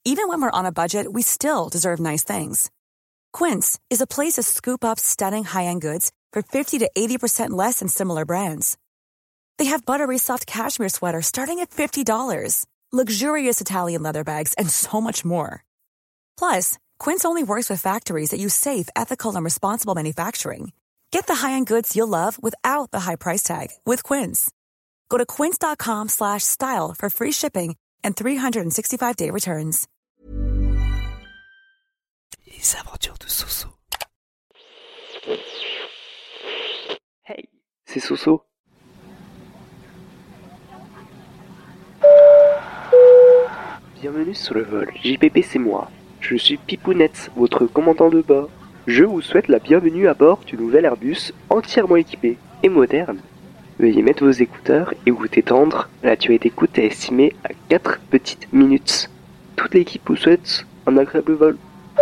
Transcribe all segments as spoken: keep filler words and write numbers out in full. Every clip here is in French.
Even when we're on a budget, we still deserve nice things. Quince is a place to scoop up stunning high-end goods for fifty to eighty percent less than similar brands. They have buttery soft cashmere sweaters starting at fifty dollars, luxurious Italian leather bags, and so much more. Plus, Quince only works with factories that use safe, ethical, and responsible manufacturing. Get the high-end goods you'll love without the high price tag with Quince. Go to quince.com slash style for free shipping and three sixty-five day returns. Les aventures de Soso. Hey, c'est Soso. Bienvenue sur le vol. J P P, c'est moi. Je suis Pipounette, votre commandant de bord. Je vous souhaite la bienvenue à bord du nouvel Airbus entièrement équipé et moderne. Veuillez mettre vos écouteurs et vous détendre. La durée d'écoute est estimée à quatre petites minutes. Toute l'équipe vous souhaite un agréable vol.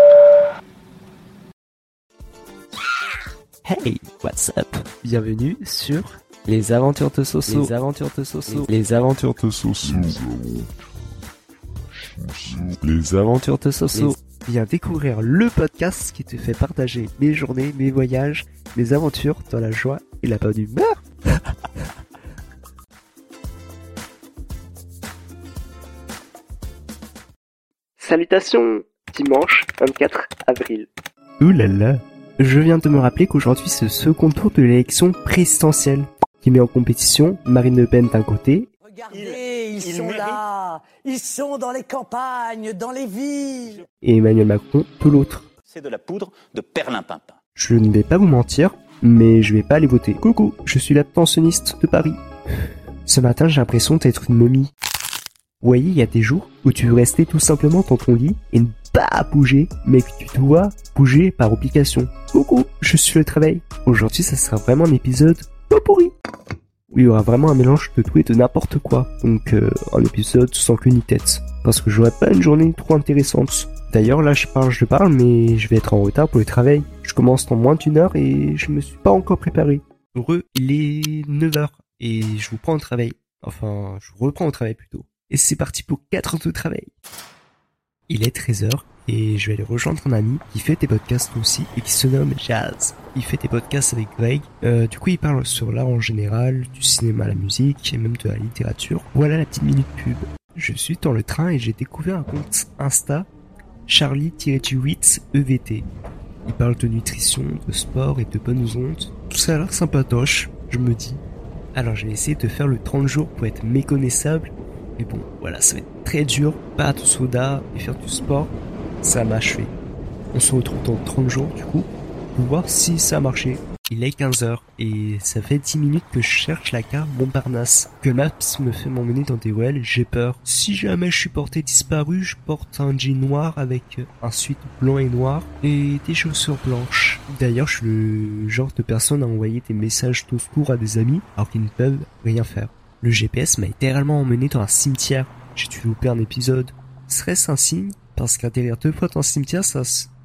Hey, what's up? Bienvenue sur Les Aventures de Soso. Les Aventures de Soso. Les Aventures de Soso. Les Aventures de Soso. Viens découvrir le podcast qui te fait partager mes journées, mes voyages, mes aventures dans la joie et la bonne humeur. Salutations, dimanche vingt-quatre avril. Ouh là là. Je viens de me rappeler qu'aujourd'hui c'est le second tour de l'élection présidentielle qui met en compétition Marine Le Pen d'un côté. Regardez, ils, ils sont méritent. Là, ils sont dans les campagnes, dans les villes. Et Emmanuel Macron de l'autre. C'est de la poudre de perlimpinpin. Je ne vais pas vous mentir, mais je vais pas aller voter. Coucou, je suis l'abstentionniste de Paris. Ce matin, j'ai l'impression d'être une momie. Vous voyez, il y a des jours où tu veux rester tout simplement dans ton lit et ne pas bouger, mais que tu dois bouger par obligation. Coucou, je suis le travail. Aujourd'hui, ça sera vraiment un épisode pas pourri. Où il y aura vraiment un mélange de tout et de n'importe quoi. Donc, euh, un épisode sans queue ni tête. Parce que j'aurai pas une journée trop intéressante. D'ailleurs, là, je parle, je parle, mais je vais être en retard pour le travail. Je commence dans moins d'une heure et je me suis pas encore préparé. Heureux, il est neuf heures et je vous prends au travail. Enfin, je vous reprends au travail plutôt. Et c'est parti pour quatre heures de travail. Il est treize heures et je vais aller rejoindre un ami qui fait des podcasts aussi et qui se nomme Jazz. Il fait des podcasts avec Greg. Euh, du coup, il parle sur l'art en général, du cinéma à la musique et même de la littérature. Voilà la petite minute pub. Je suis dans le train et j'ai découvert un compte Insta, Charlie huit E V T. Il parle de nutrition, de sport et de bonnes ondes. Tout ça a l'air sympatoche, je me dis. Alors j'ai essayé de faire le trente jours pour être méconnaissable. Mais bon, voilà, ça va être très dur, pas de soda et faire du sport, ça m'a achevé. On se retrouve dans trente jours du coup, pour voir si ça a marché. Il est quinze heures et ça fait dix minutes que je cherche la gare Montparnasse. Que Maps me fait m'emmener dans des ruelles, j'ai peur. Si jamais je suis porté disparu, je porte un jean noir avec un sweat blanc et noir et des chaussures blanches. D'ailleurs, je suis le genre de personne à envoyer des messages de secours à des amis alors qu'ils ne peuvent rien faire. Le G P S m'a littéralement emmené dans un cimetière. J'ai dû louper un épisode. Serait-ce un signe? Parce qu'atterrir deux fois dans un cimetière, ça...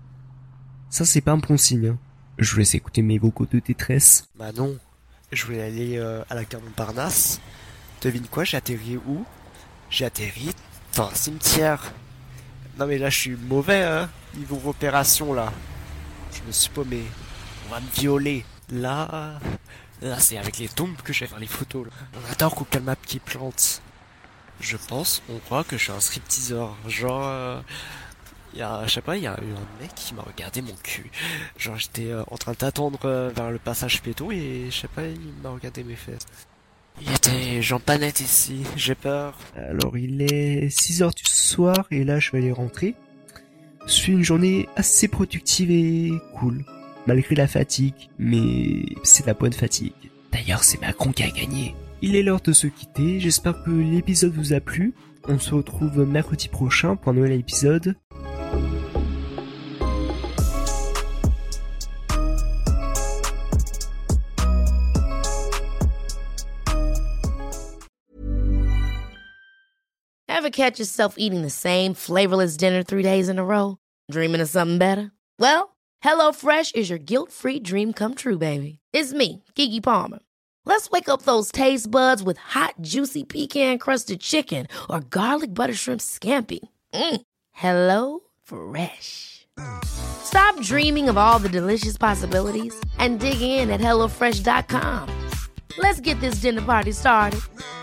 Ça, c'est pas un bon signe. Hein. Je vous laisse écouter mes vocaux de détresse. Bah non, je voulais aller euh, à la gare Montparnasse. Devine quoi, j'ai atterri où? J'ai atterri dans un cimetière. Non mais là, je suis mauvais, hein. Niveau opération, là. Je me suis paumé. On va me violer. Là... Là, c'est avec les tombes que je vais faire les photos. Là. On adore qu'aucun map qui plante. Je pense, on croit que je suis un stripteaseur. Genre, euh, y a, je sais pas, il y a eu un mec qui m'a regardé mon cul. Genre, j'étais euh, en train d'attendre euh, vers le passage péton et je sais pas, il m'a regardé mes fesses. Il y a des gens pas nets ici, j'ai peur. Alors, il est six heures du soir et là, je vais aller rentrer. C'est une journée assez productive et cool. Malgré la fatigue, mais c'est la bonne fatigue. D'ailleurs, c'est Macron qui a gagné. Il est l'heure de se quitter, j'espère que l'épisode vous a plu. On se retrouve mercredi prochain pour un nouvel épisode. Ever catch yourself eating the same flavorless dinner three days in a row? Dreaming of something better? Well, HelloFresh is your guilt-free dream come true, baby. It's me, Keke Palmer. Let's wake up those taste buds with hot, juicy pecan-crusted chicken or garlic butter shrimp scampi. Mm. Hello Fresh. Stop dreaming of all the delicious possibilities and dig in at hello fresh dot com. Let's get this dinner party started.